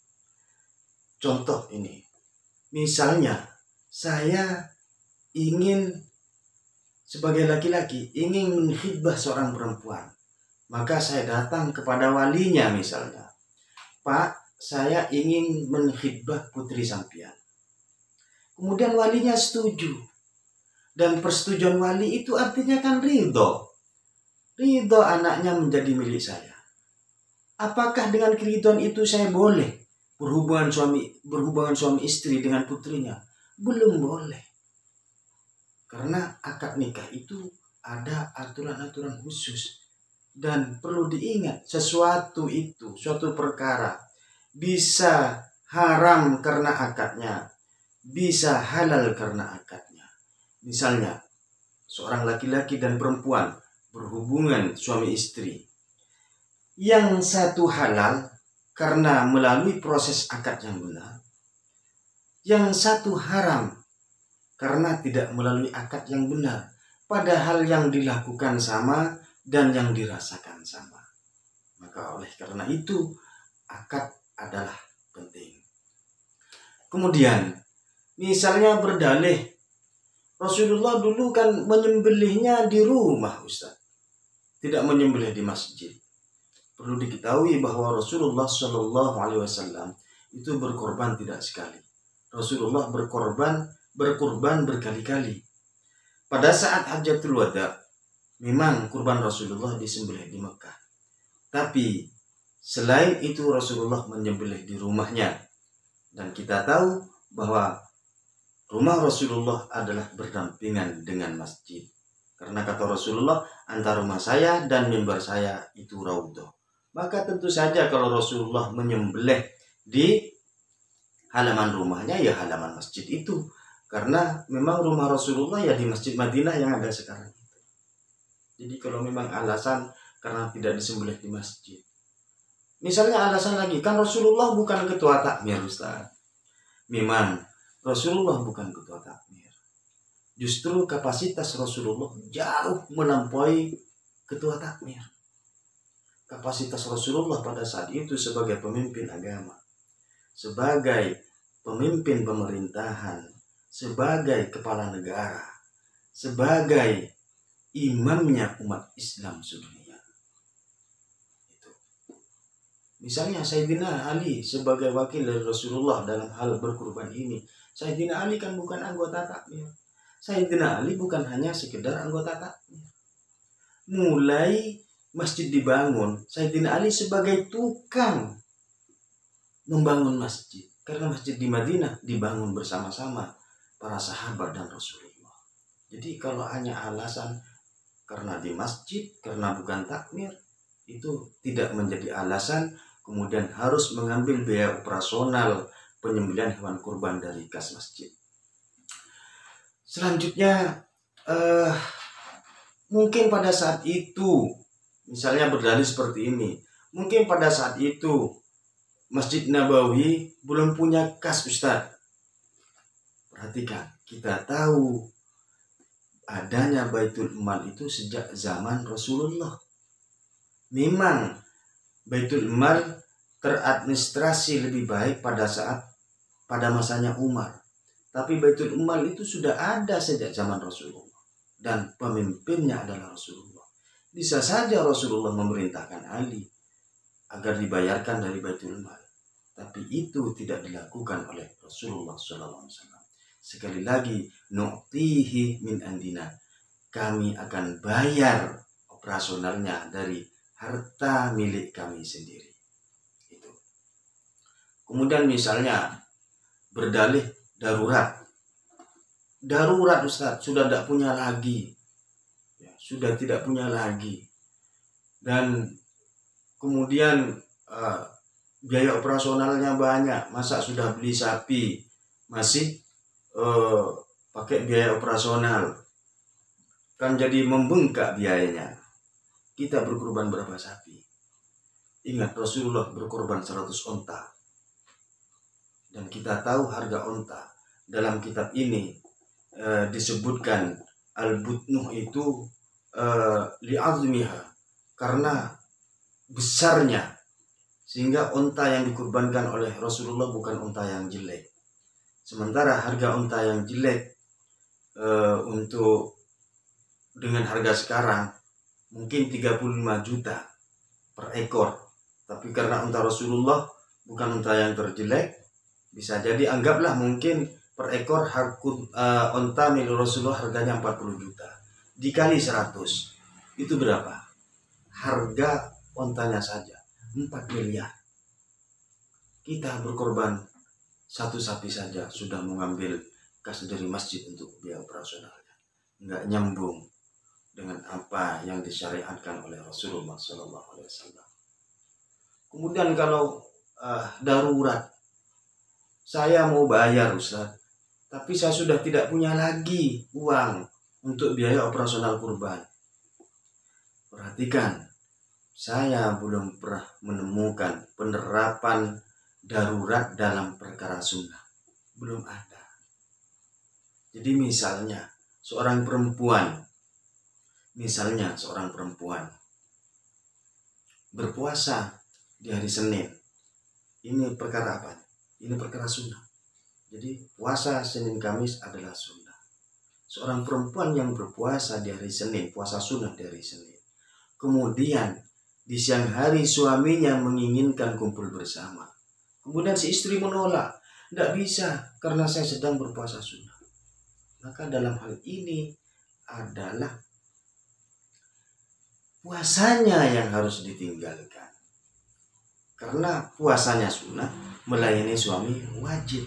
Contoh ini, misalnya saya ingin sebagai laki-laki ingin menkhidbah seorang perempuan. Maka saya datang kepada walinya misalnya. Pak, saya ingin menkhidbah putri sampean. Kemudian walinya setuju. Dan persetujuan wali itu artinya kan ridho. Ridho anaknya menjadi milik saya. Apakah dengan keridhaan itu saya boleh berhubungan suami berhubungan suami istri dengan putrinya? Belum boleh. Karena akad nikah itu ada aturan-aturan khusus. Dan perlu diingat, sesuatu itu, suatu perkara bisa haram karena akadnya, bisa halal karena akadnya. Misalnya, seorang laki-laki dan perempuan berhubungan suami istri. Yang satu halal karena melalui proses akad yang benar. Yang satu haram karena tidak melalui akad yang benar. Padahal yang dilakukan sama dan yang dirasakan sama. Maka oleh karena itu akad adalah penting. Kemudian misalnya berdalih, Rasulullah dulu kan menyembelihnya di rumah Ustaz, tidak menyembelih di masjid. Perlu diketahui bahwa Rasulullah Shallallahu Alaihi Wasallam itu berkorban tidak sekali. Rasulullah berkorban berkurban berkali-kali. Pada saat Hajjatul Wada, memang kurban Rasulullah disembelih di Mekah. Tapi selain itu Rasulullah menyembelih di rumahnya. Dan kita tahu bahwa rumah Rasulullah adalah berdampingan dengan masjid. Karena kata Rasulullah, antara rumah saya dan mimbar saya itu raudhah. Maka tentu saja kalau Rasulullah menyembelih di halaman rumahnya, ya halaman masjid itu. Karena memang rumah Rasulullah ya di Masjid Madinah yang ada sekarang itu. Jadi kalau memang alasan karena tidak disembelih di masjid. Misalnya alasan lagi, kan Rasulullah bukan ketua takmir, Ustaz. Memang Rasulullah bukan ketua takmir. Justru kapasitas Rasulullah jauh melampaui ketua takmir. Kapasitas Rasulullah pada saat itu sebagai pemimpin agama, sebagai pemimpin pemerintahan, sebagai kepala negara, sebagai imamnya umat Islam sedunia. Itu. Misalnya Sayyidina Ali sebagai wakil dari Rasulullah dalam hal berkurban ini. Sayyidina Ali kan bukan anggota takmir. Sayyidina Ali bukan hanya sekedar anggota takmir. Mulai masjid dibangun, Sayyidina Ali sebagai tukang membangun masjid. Karena masjid di Madinah dibangun bersama-sama para sahabat dan Rasulullah. Jadi kalau hanya alasan karena di masjid, karena bukan takmir, itu tidak menjadi alasan kemudian harus mengambil biaya operasional penyembelihan hewan kurban dari kas masjid. Selanjutnya, eh, mungkin pada saat itu, misalnya berdalih seperti ini, mungkin pada saat itu Masjid Nabawi belum punya kas, Ustaz. Perhatikan, kita tahu adanya Baitul Mal itu sejak zaman Rasulullah. Memang Baitul Mal teradministrasi lebih baik pada saat pada masanya Umar. Tapi Baitul Mal itu sudah ada sejak zaman Rasulullah dan pemimpinnya adalah Rasulullah. Bisa saja Rasulullah memerintahkan Ali agar dibayarkan dari Baitul Mal. Tapi itu tidak dilakukan oleh Rasulullah shallallahu alaihi wasallam. Sekali lagi, nu'tihi min andina. Kami akan bayar operasionalnya dari harta milik kami sendiri. Itu. Kemudian misalnya berdalih darurat. Darurat, Ustaz, sudah tidak punya lagi. Ya, sudah tidak punya lagi. Dan kemudian uh, biaya operasionalnya banyak. Masa sudah beli sapi masih Uh, pakai biaya operasional, kan jadi membengkak biayanya. Kita berkorban berapa sapi? Ingat, Rasulullah berkorban seratus onta. Dan kita tahu harga onta. Dalam kitab ini uh, disebutkan al-butnuh itu uh, li'azmiha, karena besarnya, sehingga onta yang dikorbankan oleh Rasulullah bukan onta yang jelek. Sementara harga unta yang jelek e, untuk dengan harga sekarang mungkin tiga puluh lima juta per ekor. Tapi karena unta Rasulullah bukan unta yang terjelek, bisa jadi anggaplah mungkin per ekor harga e, unta milik Rasulullah harganya empat puluh juta. Dikali seratus, itu berapa? Harga untanya saja empat miliar. Kita berkorban satu sapi saja sudah mengambil kas dari masjid untuk biaya operasionalnya. Enggak nyambung dengan apa yang disyariatkan oleh Rasulullah shallallahu alaihi wasallam. Kemudian kalau uh, darurat, saya mau bayar, Ustaz, tapi saya sudah tidak punya lagi uang untuk biaya operasional kurban. Perhatikan, saya belum pernah menemukan penerapan darurat dalam perkara sunnah. Belum ada. Jadi misalnya seorang perempuan, misalnya seorang perempuan berpuasa di hari Senin. Ini perkara apa? Ini perkara sunnah. Jadi puasa Senin Kamis adalah sunnah. Seorang perempuan yang berpuasa di hari Senin, puasa sunnah di hari Senin. Kemudian di siang hari suaminya menginginkan kumpul bersama. Kemudian si istri menolak. Tidak bisa karena saya sedang berpuasa sunnah. Maka dalam hal ini adalah puasanya yang harus ditinggalkan. Karena puasanya sunnah, melayani suami wajib.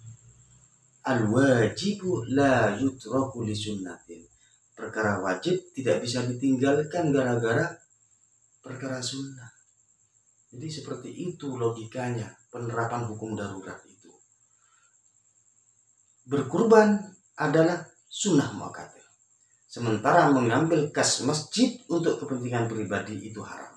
Al-wajibu la yutraku li sunnatin. Perkara wajib tidak bisa ditinggalkan gara-gara perkara sunnah. Jadi seperti itu logikanya penerapan hukum darurat itu. Berkurban adalah sunnah muakkadah. Sementara mengambil kas masjid untuk kepentingan pribadi itu haram.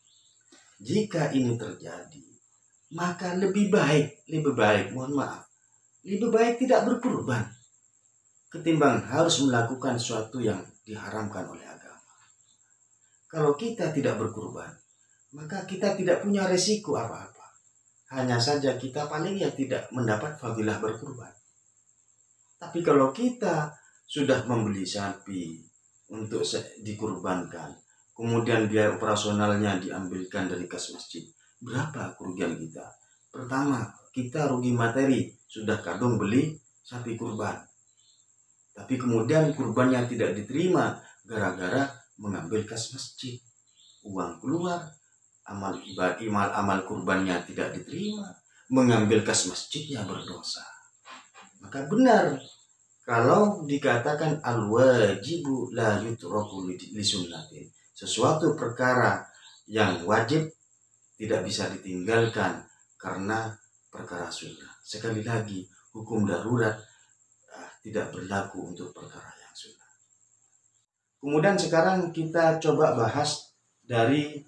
Jika ini terjadi, maka lebih baik, lebih baik, mohon maaf, lebih baik tidak berkurban ketimbang harus melakukan sesuatu yang diharamkan oleh agama. Kalau kita tidak berkurban, maka kita tidak punya resiko apa-apa. Hanya saja kita paling ya tidak mendapat fadilah berkurban. Tapi kalau kita sudah membeli sapi untuk dikurbankan, kemudian biaya operasionalnya diambilkan dari kas masjid, berapa kerugian kita? Pertama, kita rugi materi, sudah kadung beli sapi kurban. Tapi kemudian kurbannya tidak diterima gara-gara mengambil kas masjid. Uang keluar, amal ibadah, amal kurbannya tidak diterima, mengambil kas masjidnya berdosa. Maka benar kalau dikatakan al-wajibu la yutraku li sunnatin. Sesuatu perkara yang wajib tidak bisa ditinggalkan karena perkara sunnah. Sekali lagi, hukum darurat uh, tidak berlaku untuk perkara yang sunnah. Kemudian sekarang kita coba bahas dari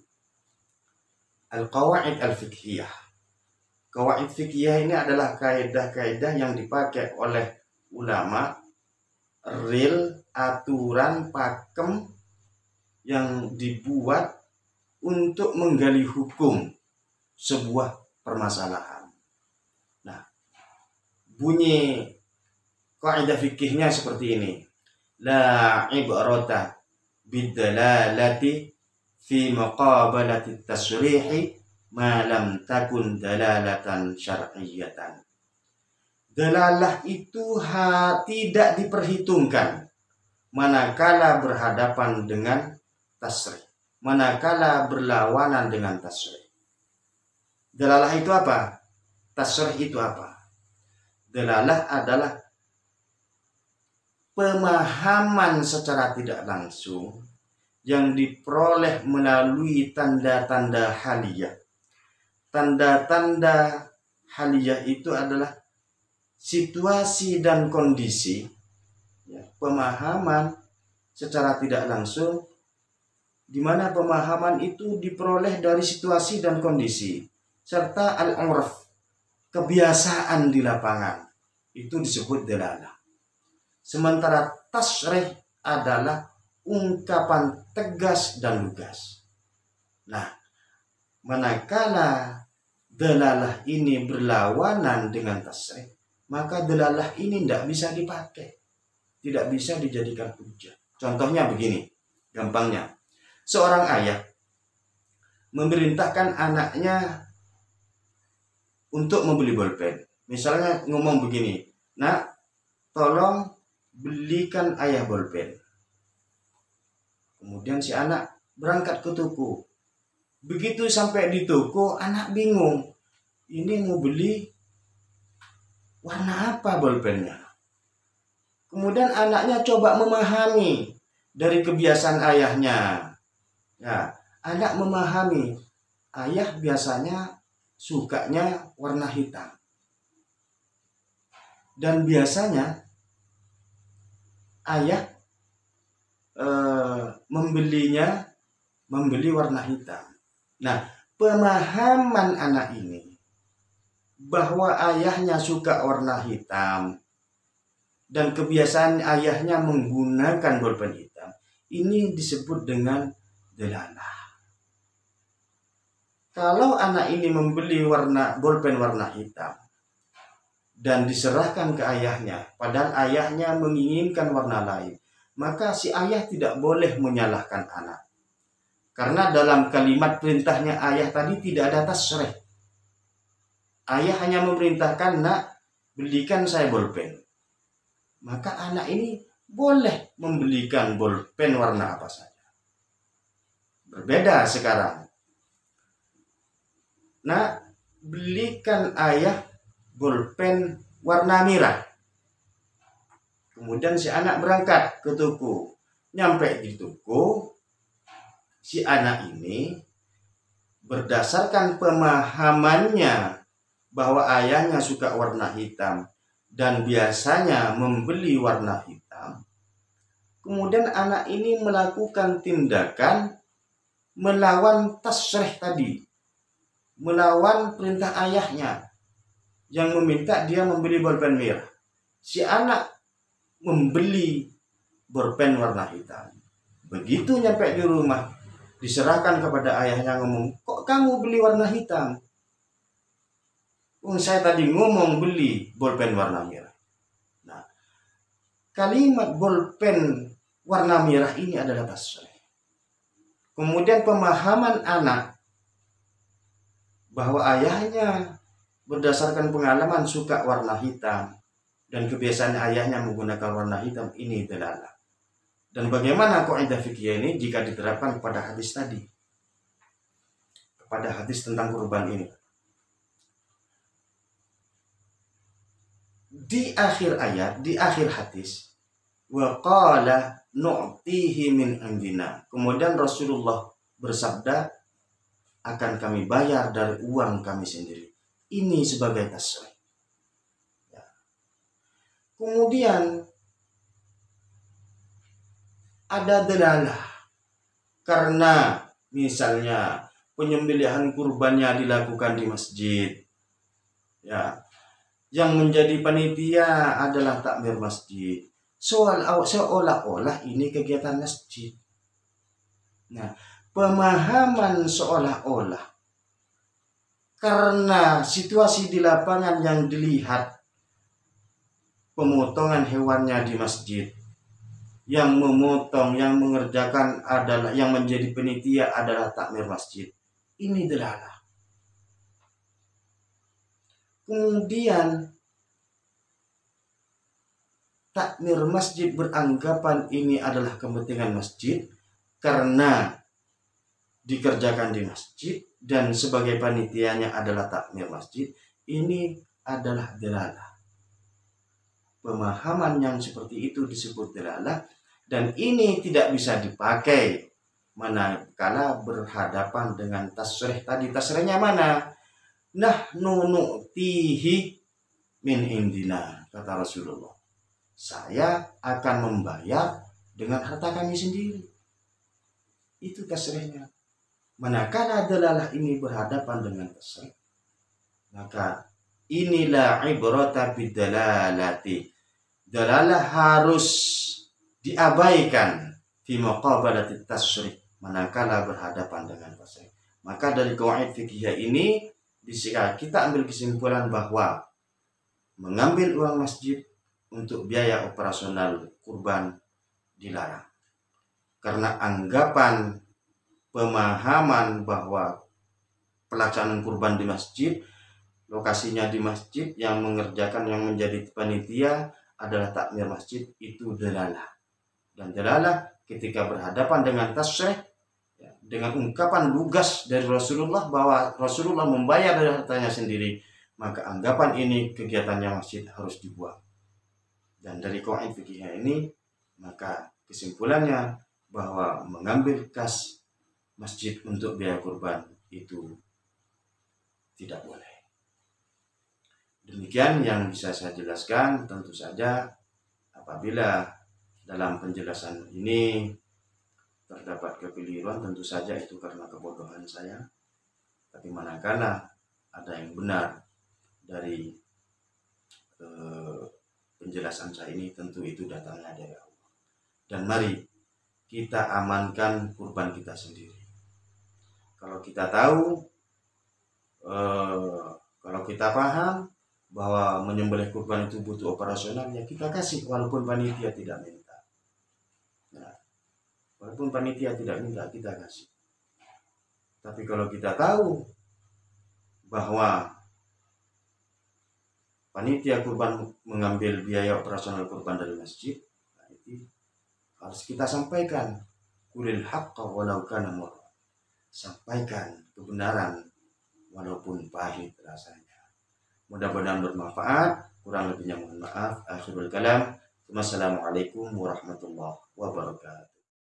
al-qawaid al-fiqhiyah. Qawaid fiqhiyah ini adalah kaidah-kaidah yang dipakai oleh ulama, real, aturan, pakem yang dibuat untuk menggali hukum sebuah permasalahan. Nah, bunyi kaidah fikihnya seperti ini. La ibrata bidalalati fi muqabalati tasrihi ma lam takun dalalatan syar'iyatan. Dalalah itu ha, tidak diperhitungkan manakala berhadapan dengan tasrih, manakala berlawanan dengan tasrih. Dalalah itu apa? Tasrih itu apa? Dalalah adalah pemahaman secara tidak langsung yang diperoleh melalui tanda-tanda haliyah. Tanda-tanda haliyah itu adalah situasi dan kondisi, ya, pemahaman secara tidak langsung, di mana pemahaman itu diperoleh dari situasi dan kondisi, serta al-urf, kebiasaan di lapangan, itu disebut dalalah. Sementara tasrih adalah ungkapan tegas dan lugas. Nah, manakala dalalah ini berlawanan dengan tasrih, maka dalalah ini tidak bisa dipakai, tidak bisa dijadikan hujah. Contohnya begini, gampangnya. Seorang ayah memerintahkan anaknya untuk membeli bolpen. Misalnya ngomong begini, nak, tolong belikan ayah bolpen. Kemudian si anak berangkat ke toko. Begitu sampai di toko, anak bingung. Ini mau beli warna apa bolpennya? Kemudian anaknya coba memahami dari kebiasaan ayahnya. Ya, anak memahami ayah biasanya sukanya warna hitam. Dan biasanya ayah e, membelinya membeli warna hitam. Nah, pemahaman anak ini bahwa ayahnya suka warna hitam dan kebiasaan ayahnya menggunakan bolpen hitam, ini disebut dengan dalalah. Kalau anak ini membeli warna bolpen warna hitam dan diserahkan ke ayahnya, padahal ayahnya menginginkan warna lain, maka si ayah tidak boleh menyalahkan anak. Karena dalam kalimat perintahnya ayah tadi tidak ada tasrih. Ayah hanya memerintahkan, nak, belikan saya bolpen. maka anak ini boleh membelikan bolpen warna apa saja. Berbeda sekarang. Nah, belikan ayah bolpen warna merah. Kemudian si anak berangkat ke toko. Nyampe di toko, si anak ini berdasarkan pemahamannya bahwa ayahnya suka warna hitam dan biasanya membeli warna hitam. Kemudian anak ini melakukan tindakan melawan tasrih tadi, melawan perintah ayahnya yang meminta dia membeli bolpen merah. Si anak membeli bolpen warna hitam. Begitu nyampe di rumah, diserahkan kepada ayahnya, ngomong, kok kamu beli warna hitam? Oh, saya tadi ngomong beli bolpen warna merah. Nah, kalimat bolpen warna merah ini adalah tasrih. Kemudian pemahaman anak bahwa ayahnya berdasarkan pengalaman suka warna hitam dan kebiasaan ayahnya menggunakan warna hitam, ini dalalah. Dan bagaimana kaidah fikih ini jika diterapkan kepada hadis tadi, kepada hadis tentang kurban ini? Di akhir ayat, di akhir hadis, wa qala nu'tihi min indina. Kemudian Rasulullah bersabda, akan kami bayar dari uang kami sendiri. Ini sebagai tasrih. Ya. Kemudian ada dalalah, karena misalnya penyembelihan kurbannya dilakukan di masjid, ya, yang menjadi panitia adalah takmir masjid, seolah-olah ini kegiatan masjid. Nah, pemahaman seolah-olah karena situasi di lapangan yang dilihat, pemotongan hewannya di masjid, yang memotong, yang mengerjakan adalah, yang menjadi penitia adalah takmir masjid. Ini dalalah. Kemudian takmir masjid beranggapan ini adalah kepentingan masjid karena dikerjakan di masjid dan sebagai panitianya adalah takmir masjid. Ini adalah dalalah. Pemahaman yang seperti itu disebut dalalah, dan ini tidak bisa dipakai manakala berhadapan dengan tasrih tadi. Tasrihnya mana? Nahnu nu'tihi min indina, kata Rasulullah. Saya akan membayar dengan harta kami sendiri. Itu tasrihnya. Manakala dalalah ini berhadapan dengan tasrih, maka inilah ibrata bidalalati. Dalalah harus diabaikan fi muqabalati tasrih manakala berhadapan dengan tasrih. Maka dari qawaid fikih ini bisa kita ambil kesimpulan bahwa mengambil uang masjid untuk biaya operasional kurban dilarang. Karena anggapan pemahaman bahwa pelaksanaan kurban di masjid, lokasinya di masjid, yang mengerjakan, yang menjadi panitia adalah takmir masjid, itu dalalah. Dan dalalah ketika berhadapan dengan tasrih, ya, dengan ungkapan lugas dari Rasulullah bahwa Rasulullah membayar dari hartanya sendiri, maka anggapan ini kegiatannya masjid harus dibuang. Dan dari qawaid fikih ini, maka kesimpulannya bahwa mengambil kas masjid untuk biaya kurban itu tidak boleh. Demikian yang bisa saya jelaskan. Tentu saja apabila dalam penjelasan ini terdapat kekeliruan, tentu saja itu karena kebodohan saya. Tapi manakala ada yang benar dari eh, penjelasan saya ini, tentu itu datangnya dari Allah. Dan mari kita amankan kurban kita sendiri. Kalau kita tahu, eh, kalau kita paham bahwa menyembelih kurban itu butuh operasional, ya kita kasih walaupun panitia tidak minta. Nah, walaupun panitia tidak minta, kita kasih. Tapi kalau kita tahu bahwa panitia kurban mengambil biaya operasional kurban dari masjid, nah, itu harus kita sampaikan. Qulil haqqa walau kana murra. Sampaikan kebenaran walaupun pahit rasanya. Mudah-mudahan bermanfaat. Kurang lebihnya mohon maaf. Akhirul kalam. Wassalamualaikum warahmatullahi wabarakatuh.